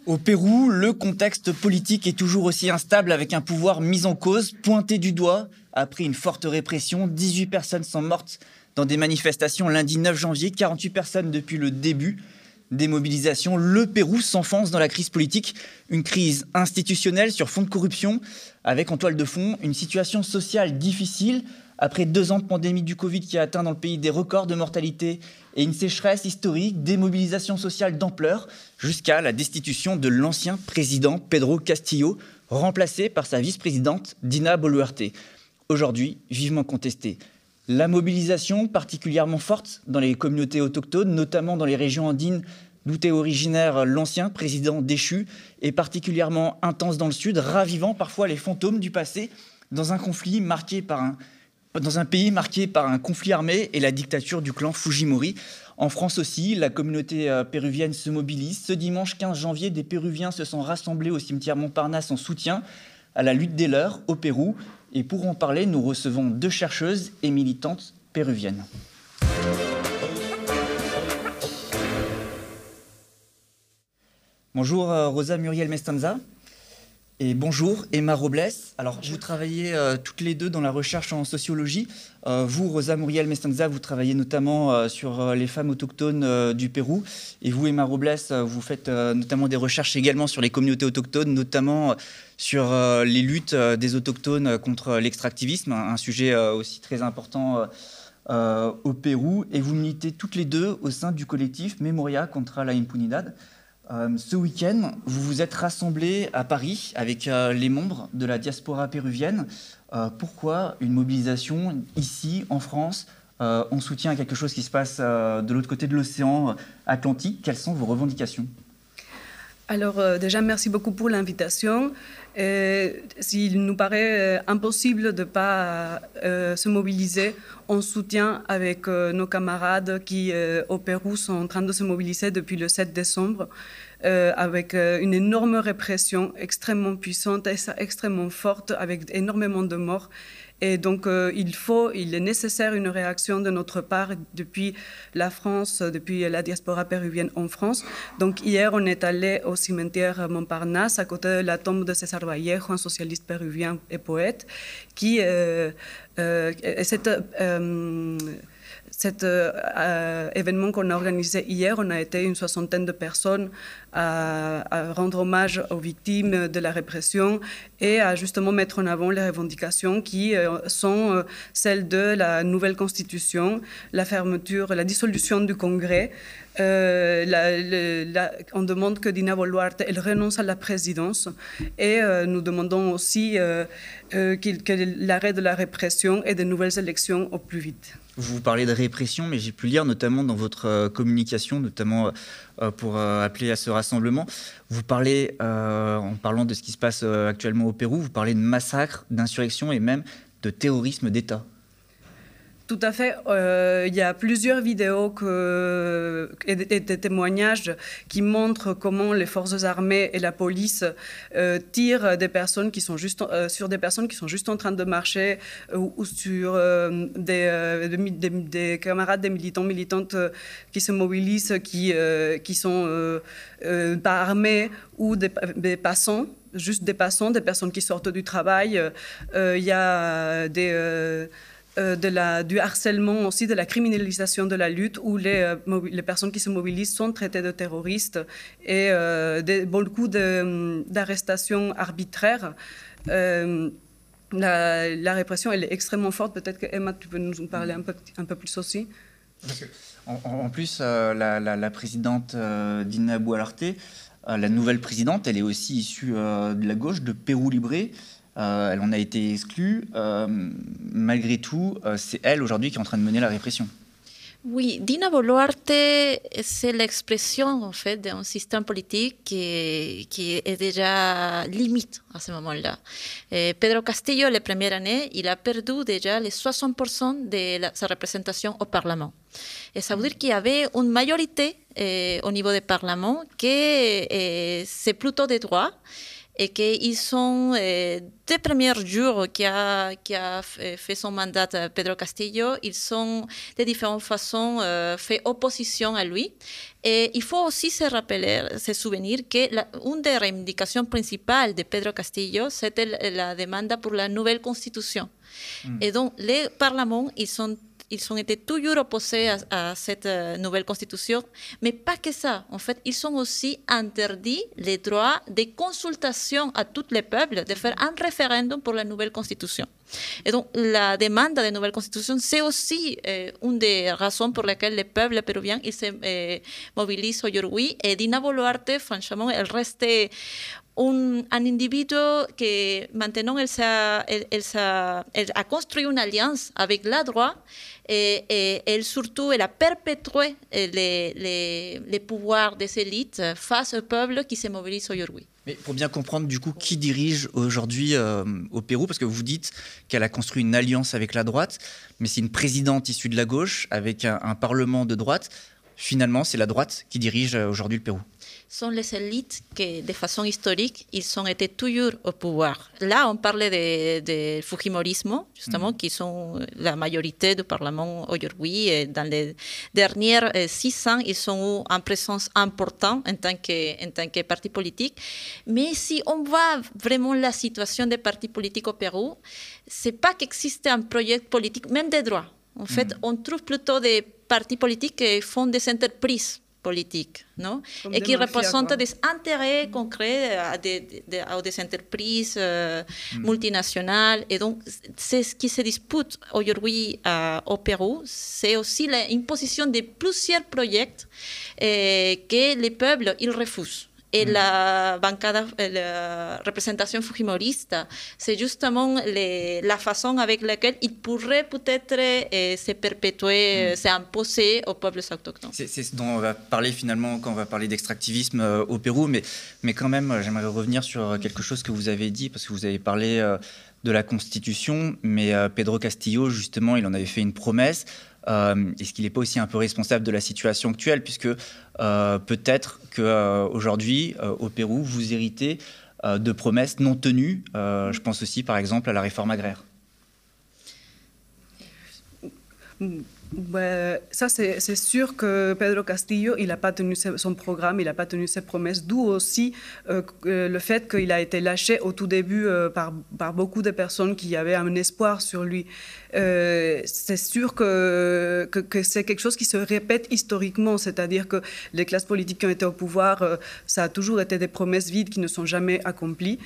Au Pérou, le contexte politique est toujours aussi instable avec un pouvoir mis en cause, pointé du doigt. Après une forte répression, 18 personnes sont mortes dans des manifestations lundi 9 janvier, 48 personnes depuis le début des mobilisations. Le Pérou s'enfonce dans la crise politique, une crise institutionnelle sur fond de corruption, avec en toile de fond une situation sociale difficile. Après 2 ans de pandémie du Covid qui a atteint dans le pays des records de mortalité et une sécheresse historique, des mobilisations sociales d'ampleur, jusqu'à la destitution de l'ancien président Pedro Castillo, remplacé par sa vice-présidente Dina Boluarte. Aujourd'hui, vivement contestée. La mobilisation particulièrement forte dans les communautés autochtones, notamment dans les régions andines d'où est originaire l'ancien président déchu, est particulièrement intense dans le sud, ravivant parfois les fantômes du passé dans un conflit dans un pays marqué par un conflit armé et la dictature du clan Fujimori. En France aussi, la communauté péruvienne se mobilise. Ce dimanche 15 janvier, des Péruviens se sont rassemblés au cimetière Montparnasse en soutien à la lutte des leurs au Pérou. Et pour en parler, nous recevons 2 chercheuses et militantes péruviennes. Bonjour Rosa Muriel Mestanza. Et bonjour Emma Robles. Alors vous travaillez toutes les deux dans la recherche en sociologie. Vous, Rosa Muriel Mestanza, vous travaillez notamment sur les femmes autochtones du Pérou. Et vous, Emma Robles, vous faites notamment des recherches également sur les communautés autochtones, notamment sur les luttes des autochtones contre l'extractivisme, un sujet aussi très important au Pérou. Et vous militez toutes les deux au sein du collectif Memoria contra la Impunidad. Ce week-end, vous vous êtes rassemblés à Paris avec les membres de la diaspora péruvienne. Pourquoi une mobilisation ici, en France, en soutien à quelque chose qui se passe de l'autre côté de l'océan Atlantique? Quelles sont vos revendications? Alors déjà, merci beaucoup pour l'invitation. S'il nous paraît impossible de ne pas se mobiliser en soutien avec nos camarades qui, au Pérou, sont en train de se mobiliser depuis le 7 décembre, avec une énorme répression extrêmement puissante et extrêmement forte, avec énormément de morts. Et donc, il est nécessaire une réaction de notre part depuis la France, depuis la diaspora péruvienne en France. Donc, hier, on est allé au cimetière Montparnasse, à côté de la tombe de César Vallejo, un socialiste péruvien et poète, qui cet événement qu'on a organisé hier, on a été une 60aine de personnes à rendre hommage aux victimes de la répression et à justement mettre en avant les revendications qui sont celles de la nouvelle constitution, la fermeture, la dissolution du Congrès. On demande que Dina Boluarte elle renonce à la présidence et nous demandons aussi l'arrêt de la répression et de nouvelles élections au plus vite. Vous parlez de répression, mais j'ai pu lire notamment dans votre communication, notamment pour appeler à ce rassemblement, vous parlez, en parlant de ce qui se passe actuellement au Pérou, vous parlez de massacre, d'insurrection et même de terrorisme d'État. Tout à fait. Il y a plusieurs vidéos et des témoignages qui montrent comment les forces armées et la police tirent des personnes qui sont sur des personnes qui sont juste en train de marcher ou sur des camarades, des militants, militantes qui se mobilisent, qui sont pas armés ou des passants. Juste des passants, des personnes qui sortent du travail. Il y a du harcèlement aussi, de la criminalisation de la lutte où les personnes qui se mobilisent sont traitées de terroristes et beaucoup d'arrestations arbitraires. La répression, elle est extrêmement forte. Peut-être que Emma, tu peux nous en parler un peu plus aussi. En plus, la présidente Dina Boluarte, la nouvelle présidente, elle est aussi issue de la gauche, de Pérou Libre. Elle en a été exclue. Malgré tout, c'est elle aujourd'hui qui est en train de mener la répression. Oui, Dina Boluarte, c'est l'expression en fait d'un système politique qui est déjà limite à ce moment-là. Pedro Castillo, la première année, il a perdu déjà les 60% de sa représentation au Parlement. Et ça veut dire qu'il y avait une majorité au niveau du Parlement qui c'est plutôt de droite. et qu'ils sont, des premiers jours qui a fait son mandat Pedro Castillo, ils ont de différentes façons fait opposition à lui. Et il faut aussi se souvenir que une des revendications principales de Pedro Castillo, c'était la demande pour la nouvelle constitution. Et donc, les parlements, ils ont été toujours opposés à cette nouvelle constitution, mais pas que ça. En fait, ils ont aussi interdit les droits de consultation à tous les peuples de faire un référendum pour la nouvelle constitution. Et donc, la demande de nouvelle constitution, c'est aussi une des raisons pour lesquelles le peuple péruvien il se mobilise aujourd'hui. Et Dina Boluarte, franchement, elle reste un individu que maintenant elle a construit une alliance avec la droite et elle surtout elle a perpétué les pouvoirs des élites face au peuple qui se mobilise aujourd'hui. Mais pour bien comprendre du coup qui dirige aujourd'hui au Pérou, parce que vous dites qu'elle a construit une alliance avec la droite, mais c'est une présidente issue de la gauche avec un parlement de droite. Finalement, c'est la droite qui dirige aujourd'hui le Pérou. Sont les élites qui, de façon historique, ils ont été toujours au pouvoir. Là, on parlait de Fujimorisme, justement, qui sont la majorité du Parlement aujourd'hui. Et dans les derniers 6 ans, ils ont eu une présence importante en tant que parti politique. Mais si on voit vraiment la situation des partis politiques au Pérou, c'est pas qu'existe un projet politique, même de droit. En fait, on trouve plutôt des partis politiques qui font des entreprises politiques, non? Et qui représentent des intérêts concrets à des entreprises multinationales. Et donc, c'est ce qui se dispute aujourd'hui au Pérou. C'est aussi l'imposition de plusieurs projets que les peuples ils refusent. Et la représentation fujimoriste, c'est justement la façon avec laquelle il pourrait peut-être se perpétuer, s'imposer aux peuples autochtones. C'est ce dont on va parler finalement quand on va parler d'extractivisme au Pérou, mais quand même, j'aimerais revenir sur quelque chose que vous avez dit, parce que vous avez parlé de la Constitution, mais Pedro Castillo, justement, il en avait fait une promesse. Est-ce qu'il n'est pas aussi un peu responsable de la situation actuelle, puisque peut-être qu'aujourd'hui, au Pérou, vous héritez de promesses non tenues. Je pense aussi, par exemple, à la réforme agraire. Ça, c'est sûr que Pedro Castillo, il n'a pas tenu son programme, il n'a pas tenu ses promesses, d'où aussi le fait qu'il a été lâché au tout début par beaucoup de personnes qui avaient un espoir sur lui. C'est sûr que c'est quelque chose qui se répète historiquement, c'est-à-dire que les classes politiques qui ont été au pouvoir, ça a toujours été des promesses vides qui ne sont jamais accomplies.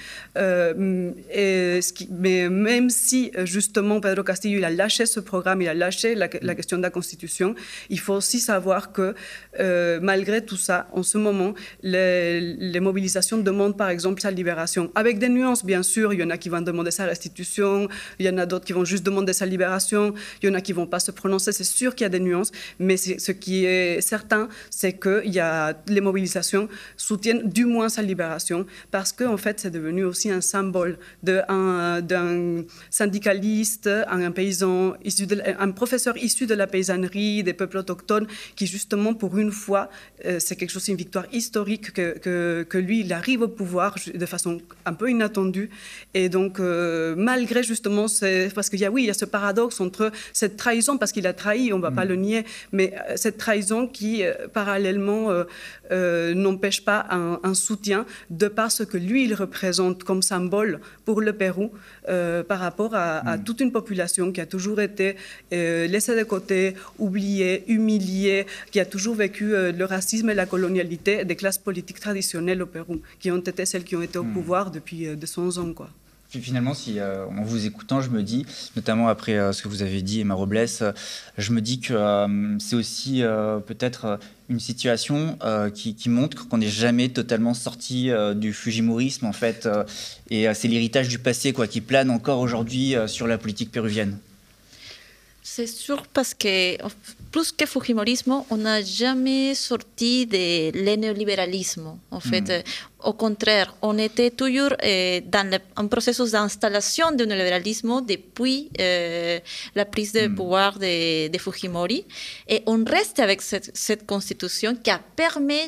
Mais même si, justement, Pedro Castillo, il a lâché ce programme, il a lâché la question de la Constitution, il faut aussi savoir que, malgré tout ça, en ce moment, les mobilisations demandent, par exemple, sa libération. Avec des nuances, bien sûr, il y en a qui vont demander sa restitution, il y en a d'autres qui vont juste demander sa libération, il y en a qui ne vont pas se prononcer, c'est sûr qu'il y a des nuances, mais ce qui est certain, c'est que les mobilisations soutiennent du moins sa libération, parce qu'en fait, c'est devenu aussi un symbole d'un syndicaliste, un paysan, un professeur issu de la paysannerie, des peuples autochtones, qui justement, pour une fois, c'est quelque chose, une victoire historique que lui, il arrive au pouvoir de façon un peu inattendue, et donc, malgré justement, parce qu'il y a ce paradoxe entre cette trahison, parce qu'il a trahi, on ne va pas le nier, mais cette trahison qui, parallèlement, n'empêche pas un soutien de par ce que lui, il représente comme symbole pour le Pérou par rapport à toute une population qui a toujours été laissée de côté, oubliée, humiliée, qui a toujours vécu le racisme et la colonialité des classes politiques traditionnelles au Pérou, qui ont été celles qui ont été au pouvoir depuis 200 ans, quoi. Finalement, en vous écoutant, je me dis, notamment après ce que vous avez dit, Emma Robles, je me dis que c'est aussi peut-être une situation qui montre qu'on n'est jamais totalement sorti du fujimorisme, en fait, et c'est l'héritage du passé qui plane encore aujourd'hui sur la politique péruvienne. C'est sûr parce que plus que Fujimorisme, on n'a jamais sorti de le néolibéralisme. En fait, au contraire, on était toujours dans un processus d'installation du néolibéralisme depuis la prise de pouvoir de Fujimori. Et on reste avec cette constitution qui a permis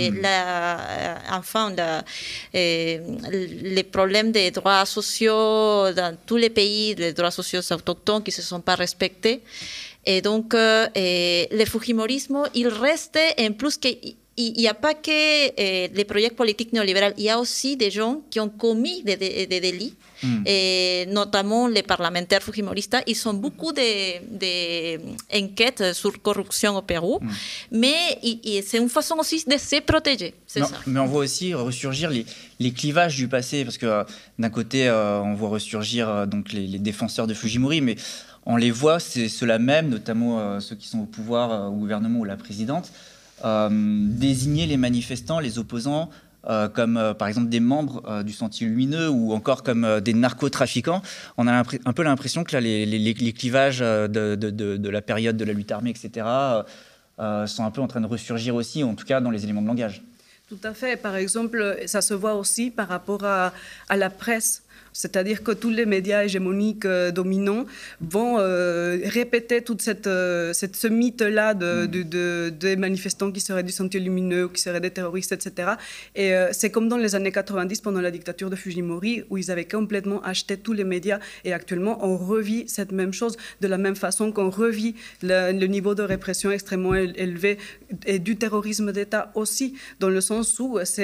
les problèmes des droits sociaux dans tous les pays, les droits sociaux autochtones qui ne se sont pas respectés. Et donc, le Fujimorisme, il reste, en plus il n'y a pas que les projets politiques néolibéraux, il y a aussi des gens qui ont commis des délits, et notamment les parlementaires fujimoristes. Ils ont beaucoup d'enquêtes sur corruption au Pérou, mais c'est une façon aussi de se protéger. C'est ça. Mais on voit aussi ressurgir les clivages du passé, parce que d'un côté, on voit ressurgir donc les défenseurs de Fujimori, mais on les voit, c'est ceux-là même, notamment ceux qui sont au pouvoir, au gouvernement ou la présidente, désigner les manifestants, les opposants, comme par exemple des membres du Sentier Lumineux ou encore comme des narcotrafiquants. On a un peu l'impression que là, les clivages de la période de la lutte armée, etc., sont un peu en train de ressurgir aussi, en tout cas dans les éléments de langage. Tout à fait. Par exemple, ça se voit aussi par rapport à la presse. C'est-à-dire que tous les médias hégémoniques dominants vont répéter toute ce mythe-là des manifestants qui seraient du Sentier Lumineux, qui seraient des terroristes, etc. Et c'est comme dans les années 90, pendant la dictature de Fujimori, où ils avaient complètement acheté tous les médias. Et actuellement, on revit cette même chose de la même façon qu'on revit le niveau de répression extrêmement élevé et du terrorisme d'État aussi, dans le sens où ça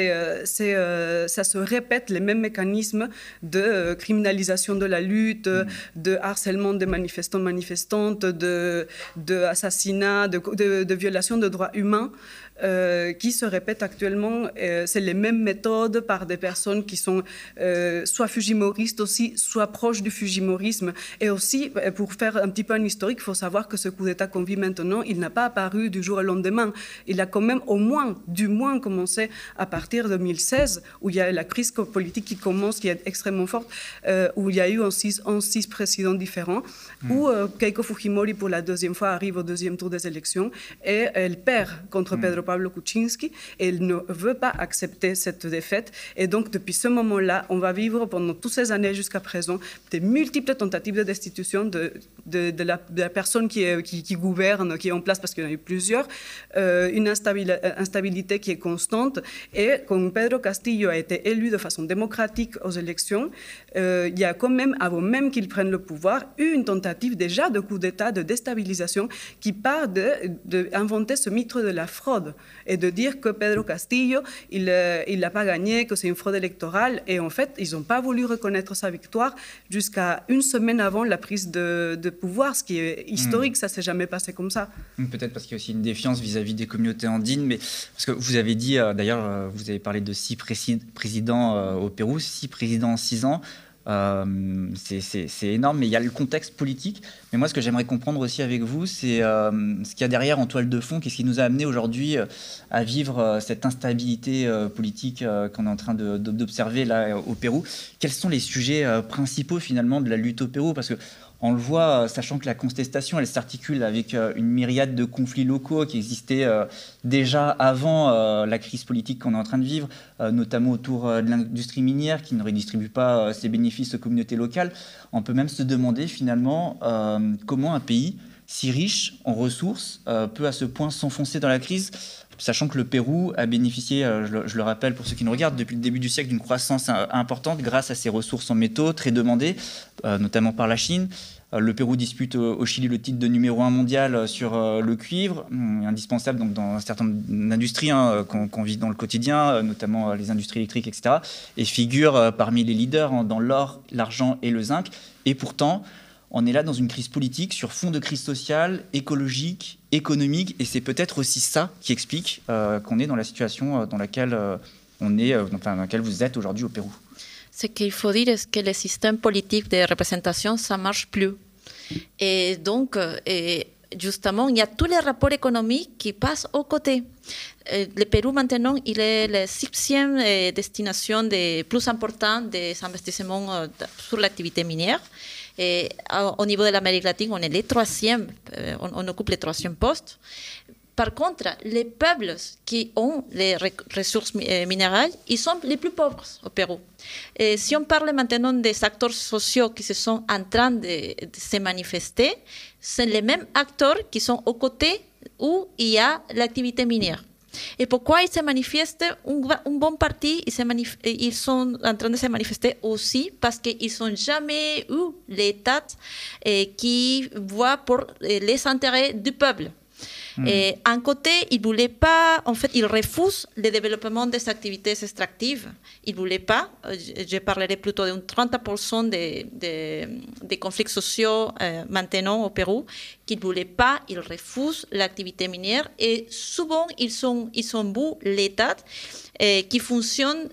se répète les mêmes mécanismes de criminalisation de la lutte, de harcèlement des manifestants, manifestantes, de assassinats, de violations de droits humains. Qui se répètent actuellement. C'est les mêmes méthodes par des personnes qui sont soit fujimoristes aussi, soit proches du fujimorisme. Et aussi, pour faire un petit peu un historique, il faut savoir que ce coup d'État qu'on vit maintenant, il n'a pas apparu du jour au lendemain. Il a quand même du moins commencé à partir de 2016, où il y a la crise politique qui commence, qui est extrêmement forte, où il y a eu 6 présidents différents, où Keiko Fujimori, pour la deuxième fois, arrive au deuxième tour des élections, et elle perd contre Pedro Pablo Kuczynski, et elle ne veut pas accepter cette défaite. Et donc, depuis ce moment-là, on va vivre pendant toutes ces années jusqu'à présent des multiples tentatives de destitution de la personne qui gouverne, qui est en place, parce qu'il y en a eu plusieurs, une instabilité qui est constante. Et quand Pedro Castillo a été élu de façon démocratique aux élections, il y a quand même, avant même qu'il prenne le pouvoir, eu une tentative déjà de coup d'État, de déstabilisation, qui part d'inventer ce mythe de la fraude et de dire que Pedro Castillo, il n'a pas gagné, que c'est une fraude électorale. Et en fait, ils n'ont pas voulu reconnaître sa victoire jusqu'à une semaine avant la prise de pouvoir, ce qui est historique, ça ne s'est jamais passé comme ça. Peut-être parce qu'il y a aussi une défiance vis-à-vis des communautés andines, mais parce que vous avez dit, d'ailleurs, vous avez parlé de 6 présidents au Pérou, 6 présidents en 6 ans. C'est énorme, mais il y a le contexte politique. Mais moi, ce que j'aimerais comprendre aussi avec vous, c'est ce qu'il y a derrière en toile de fond. Qu'est-ce qui nous a amené aujourd'hui à vivre cette instabilité politique qu'on est en train d'observer là au Pérou? Quels sont les sujets principaux finalement de la lutte au Pérou? Parce que on le voit, sachant que la contestation, elle s'articule avec une myriade de conflits locaux qui existaient déjà avant la crise politique qu'on est en train de vivre, notamment autour de l'industrie minière qui ne redistribue pas ses bénéfices aux communautés locales. On peut même se demander finalement comment un pays si riche en ressources peut à ce point s'enfoncer dans la crise, sachant que le Pérou a bénéficié, je le rappelle pour ceux qui nous regardent, depuis le début du siècle d'une croissance importante grâce à ses ressources en métaux très demandées, notamment par la Chine. Le Pérou dispute au Chili le titre de numéro 1 mondial sur le cuivre, indispensable donc, dans un certain nombre d'industries qu'on vit dans le quotidien, notamment les industries électriques, etc. Et figure parmi les leaders dans l'or, l'argent et le zinc. Et pourtant, on est là dans une crise politique sur fond de crise sociale, écologique, économique. Et c'est peut-être aussi ça qui explique qu'on est dans la situation dans laquelle dans laquelle vous êtes aujourd'hui au Pérou. Ce qu'il faut dire, c'est que le système politique de représentation, ça ne marche plus. Et donc, justement, il y a tous les rapports économiques qui passent aux côtés. Le Pérou, maintenant, il est la 6e destination plus importante des investissements sur l'activité minière. Et au niveau de l'Amérique latine, on est les troisième, on occupe le troisième poste. Par contre, les peuples qui ont les ressources minérales, ils sont les plus pauvres au Pérou. Et si on parle maintenant des acteurs sociaux qui se sont en train de se manifester, c'est les mêmes acteurs qui sont aux côtés où il y a l'activité minière. Et pourquoi ils se manifestent? Un bon parti, ils sont en train de se manifester aussi parce qu'ils n'ont jamais eu l'État qui voit pour les intérêts du peuple. Et un côté, ils ne voulaient pas, en fait, ils refusent le développement des activités extractives. Ils ne voulaient pas, je parlerai plutôt d'un 30% des conflits sociaux maintenant au Pérou, qu'ils ne voulaient pas, ils refusent l'activité minière et souvent ils ont vu l'État qui fonctionne,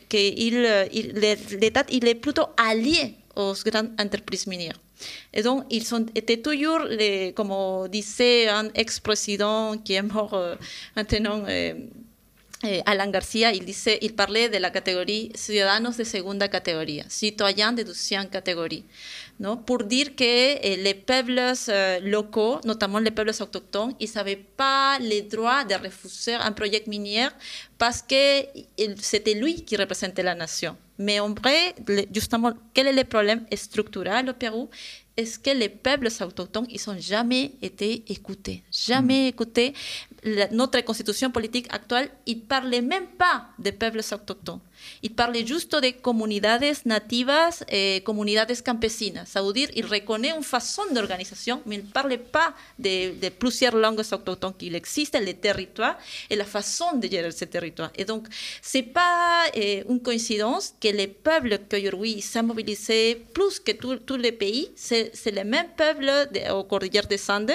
l'État il est plutôt allié aux grandes entreprises minières. Et donc, ils étaient toujours, comme disait un ex-président qui est mort maintenant, Alan Garcia, il parlait de la catégorie ciudadanos de segunda categoría, citoyens de deuxième catégorie, non? Pour dire que les peuples locaux, notamment les peuples autochtones, ils n'avaient pas le droit de refuser un projet minier parce que c'était lui qui représentait la nation. Mais en vrai, justement, quel est le problème structurel au Pérou? Est-ce que les peuples autochtones, ils n'ont jamais été écoutés? Jamais écoutés. Notre constitution politique actuelle, il ne parlait même pas des peuples autochtones. Il parlait juste de comunidades nativas et comunidades campesinas. Ça veut dire qu'il reconnaît une façon d'organisation, mais il ne parlait pas de plusieurs langues autochtones qui existent, les territoires et la façon de gérer ces territoires. Et donc, ce n'est pas une coïncidence que les peuples qui aujourd'hui s'ont mobilisés plus que tous les pays, c'est les mêmes peuples aux cordillères des Andes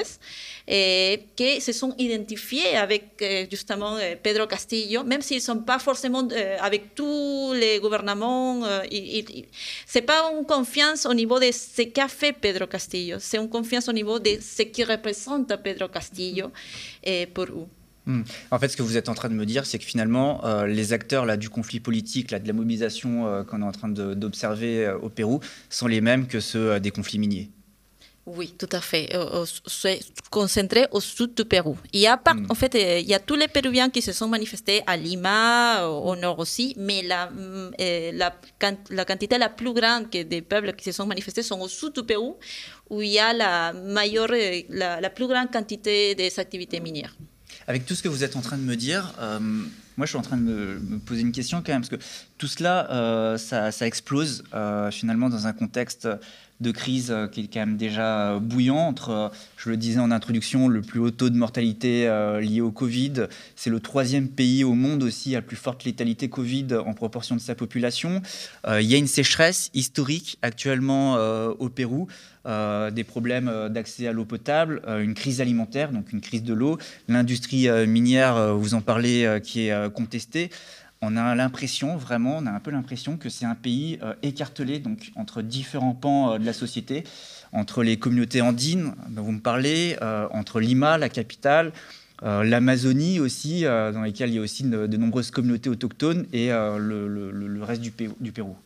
qui se sont identifiés avec justement Pedro Castillo, même s'ils ne sont pas forcément avec tous les gouvernements. Ce n'est pas une confiance au niveau de ce qu'a fait Pedro Castillo, c'est une confiance au niveau de ce qui représente Pedro Castillo pour eux. En fait, ce que vous êtes en train de me dire, c'est que finalement, les acteurs là, du conflit politique, là, de la mobilisation qu'on est en train d'observer au Pérou, sont les mêmes que ceux des conflits miniers. Oui, tout à fait. C'est concentré au sud du Pérou. En fait, il y a tous les Péruviens qui se sont manifestés à Lima, au nord aussi, mais la quantité la plus grande des peuples qui se sont manifestés sont au sud du Pérou, où il y a la plus grande quantité des activités minières. Avec tout ce que vous êtes en train de me dire, moi je suis en train de me poser une question quand même, parce que tout cela, ça explose finalement dans un contexte de crise qui est quand même déjà bouillant, entre, je le disais en introduction, le plus haut taux de mortalité lié au Covid. C'est le 3e pays au monde aussi à plus forte létalité Covid en proportion de sa population. Il y a une sécheresse historique actuellement au Pérou, des problèmes d'accès à l'eau potable, une crise alimentaire, donc une crise de l'eau, l'industrie minière, vous en parlez, qui est contestée. On a un peu l'impression que c'est un pays écartelé donc, entre différents pans de la société, entre les communautés andines dont vous me parlez, entre Lima, la capitale, l'Amazonie aussi, dans lesquelles il y a aussi de nombreuses communautés autochtones, et le reste du Pérou.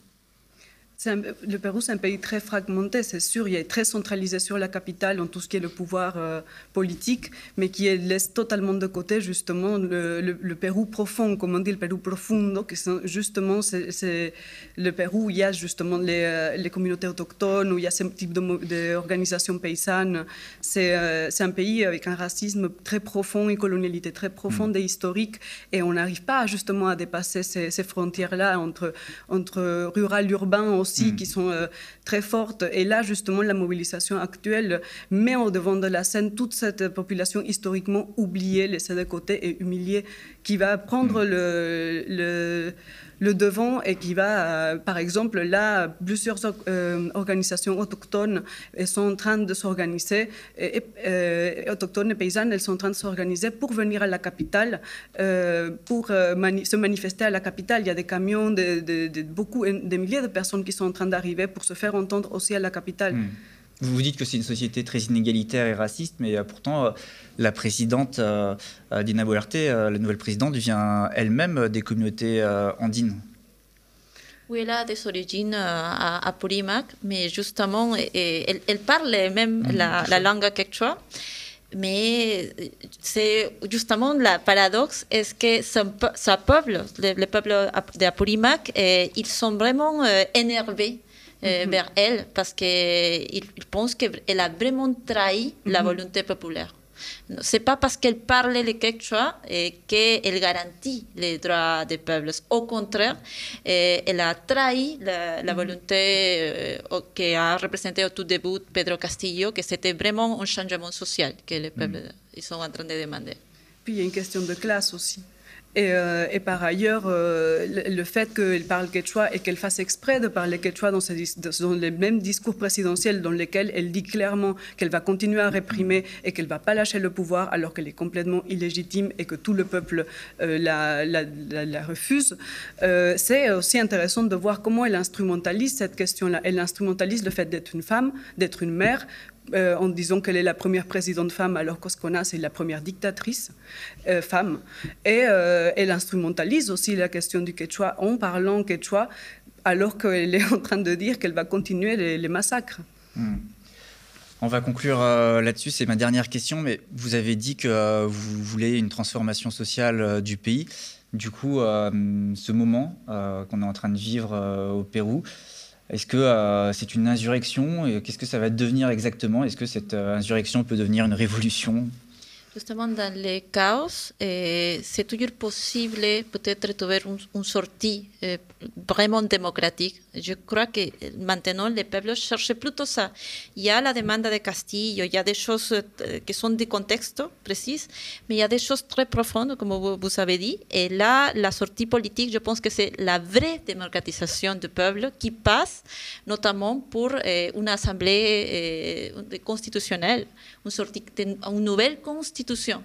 Le Pérou, c'est un pays très fragmenté, c'est sûr. Il est très centralisé sur la capitale en tout ce qui est le pouvoir politique, mais qui laisse totalement de côté justement le Pérou profond, comme on dit, le Pérou profundo, qui justement c'est le Pérou où il y a justement les communautés autochtones, où il y a ce type d'organisations paysannes. C'est un pays avec un racisme très profond, une colonialité très profonde et historique, et on n'arrive pas justement à dépasser ces frontières-là entre rural et urbain aussi, qui sont très fortes. Et là, justement, la mobilisation actuelle met au devant de la scène toute cette population historiquement oubliée, laissée de côté et humiliée, qui va prendre le devant et qui va, par exemple, là, plusieurs organisations autochtones sont en train de s'organiser, autochtones et paysannes, elles sont en train de s'organiser pour venir à la capitale, pour se manifester à la capitale. Il y a des camions, des milliers de personnes qui sont en train d'arriver pour se faire entendre aussi à la capitale. Vous vous dites que c'est une société très inégalitaire et raciste, mais pourtant, la présidente Dina Boluarte, la nouvelle présidente, vient elle-même des communautés andines. Oui, elle a des origines à Apurímac, mais justement, elle parle même la langue quechua. Mais c'est justement le paradoxe, est que ce peuple, le peuple d'Apurímac, ils sont vraiment énervés vers elle parce qu'ils pensent qu'elle a vraiment trahi la volonté populaire. Ce n'est pas parce qu'elle parle le quechua qu'elle garantit les droits des peuples. Au contraire, elle a trahi la volonté qu'a représentée au tout début Pedro Castillo, que c'était vraiment un changement social que les peuples ils sont en train de demander. Puis il y a une question de classe aussi. Et par ailleurs, le fait qu'elle parle quechua et qu'elle fasse exprès de parler quechua dans les mêmes discours présidentiels dans lesquels elle dit clairement qu'elle va continuer à réprimer et qu'elle ne va pas lâcher le pouvoir alors qu'elle est complètement illégitime et que tout le peuple la refuse, c'est aussi intéressant de voir comment elle instrumentalise cette question-là. Elle instrumentalise le fait d'être une femme, d'être une mère, en disant qu'elle est la première présidente femme alors que ce qu'on a, c'est la première dictatrice femme. Et elle instrumentalise aussi la question du quechua en parlant quechua alors qu'elle est en train de dire qu'elle va continuer les massacres. On va conclure là-dessus, c'est ma dernière question, mais vous avez dit que vous voulez une transformation sociale du pays. Du coup, ce moment qu'on est en train de vivre au Pérou, est-ce que c'est une insurrection et qu'est-ce que ça va devenir exactement? Est-ce que cette insurrection peut devenir une révolution? Justement, dans le chaos, c'est toujours possible peut-être de trouver une sortie vraiment démocratique. Je crois que maintenant, les peuples cherchent plutôt ça. Il y a la demande de Castillo, il y a des choses qui sont des contextes précis, mais il y a des choses très profondes, comme vous avez dit. Et là, la sortie politique, je pense que c'est la vraie démocratisation du peuple qui passe, notamment pour une assemblée constitutionnelle, une nouvelle constitution.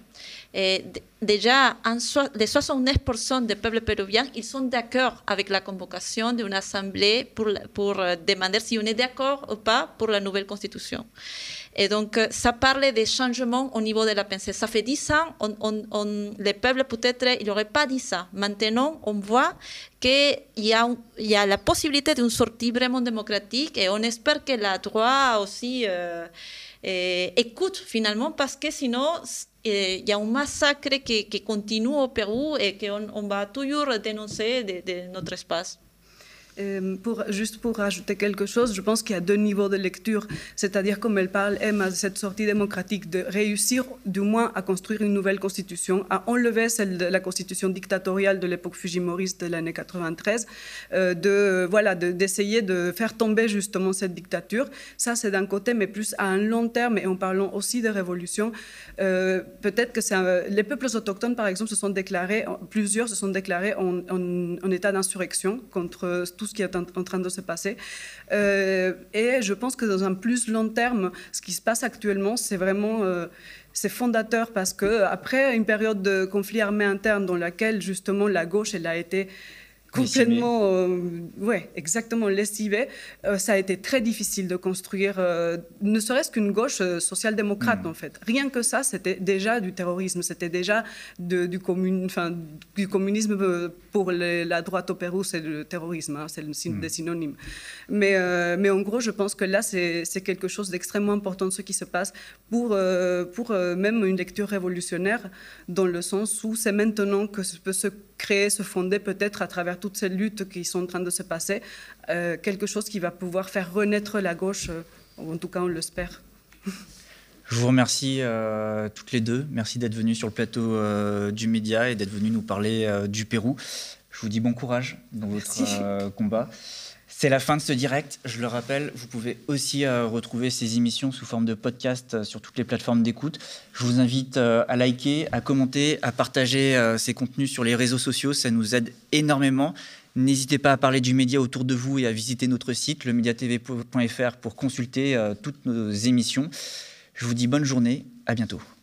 Déjà, les 69% des peuples péruviens, ils sont d'accord avec la convocation d'une assemblée pour demander si on est d'accord ou pas pour la nouvelle constitution. Et donc, ça parle des changements au niveau de la pensée. Ça fait 10 ans, les peuples, peut-être, ils n'auraient pas dit ça. Maintenant, on voit qu'il y a la possibilité d'une sortie vraiment démocratique et on espère que la droite aussi écoute finalement parce que sinon, il y a un massacre qui continue au Pérou et qu'on va toujours dénoncer de notre espace. Juste pour rajouter quelque chose, je pense qu'il y a 2 niveaux de lecture, c'est-à-dire comme elle parle, Emma, de cette sortie démocratique, de réussir du moins à construire une nouvelle constitution, à enlever celle de la constitution dictatoriale de l'époque fujimoriste de l'année 93, d'essayer de faire tomber justement cette dictature. Ça, c'est d'un côté, mais plus à un long terme, et en parlant aussi de révolution. Peut-être que les peuples autochtones, par exemple, plusieurs se sont déclarés en état d'insurrection contre tout ce qui est en train de se passer. Et je pense que dans un plus long terme, ce qui se passe actuellement, c'est vraiment c'est fondateur parce qu'après une période de conflit armé interne dans laquelle justement la gauche elle a été complètement, exactement lessivée. Ça a été très difficile de construire, ne serait-ce qu'une gauche social-démocrate en fait. Rien que ça, c'était déjà du terrorisme, c'était déjà du communisme. Pour la droite au Pérou, c'est le terrorisme, hein, c'est des synonymes. Mais en gros, je pense que là, c'est quelque chose d'extrêmement important de ce qui se passe pour même une lecture révolutionnaire, dans le sens où c'est maintenant que peut se créer, se fonder peut-être à travers toutes ces luttes qui sont en train de se passer, quelque chose qui va pouvoir faire renaître la gauche, en tout cas on l'espère. Je vous remercie toutes les deux. Merci d'être venues sur le plateau du Média et d'être venues nous parler du Pérou. Je vous dis bon courage dans votre combat. C'est la fin de ce direct. Je le rappelle, vous pouvez aussi retrouver ces émissions sous forme de podcast sur toutes les plateformes d'écoute. Je vous invite à liker, à commenter, à partager ces contenus sur les réseaux sociaux. Ça nous aide énormément. N'hésitez pas à parler du média autour de vous et à visiter notre site, lemediatv.fr, pour consulter toutes nos émissions. Je vous dis bonne journée, à bientôt.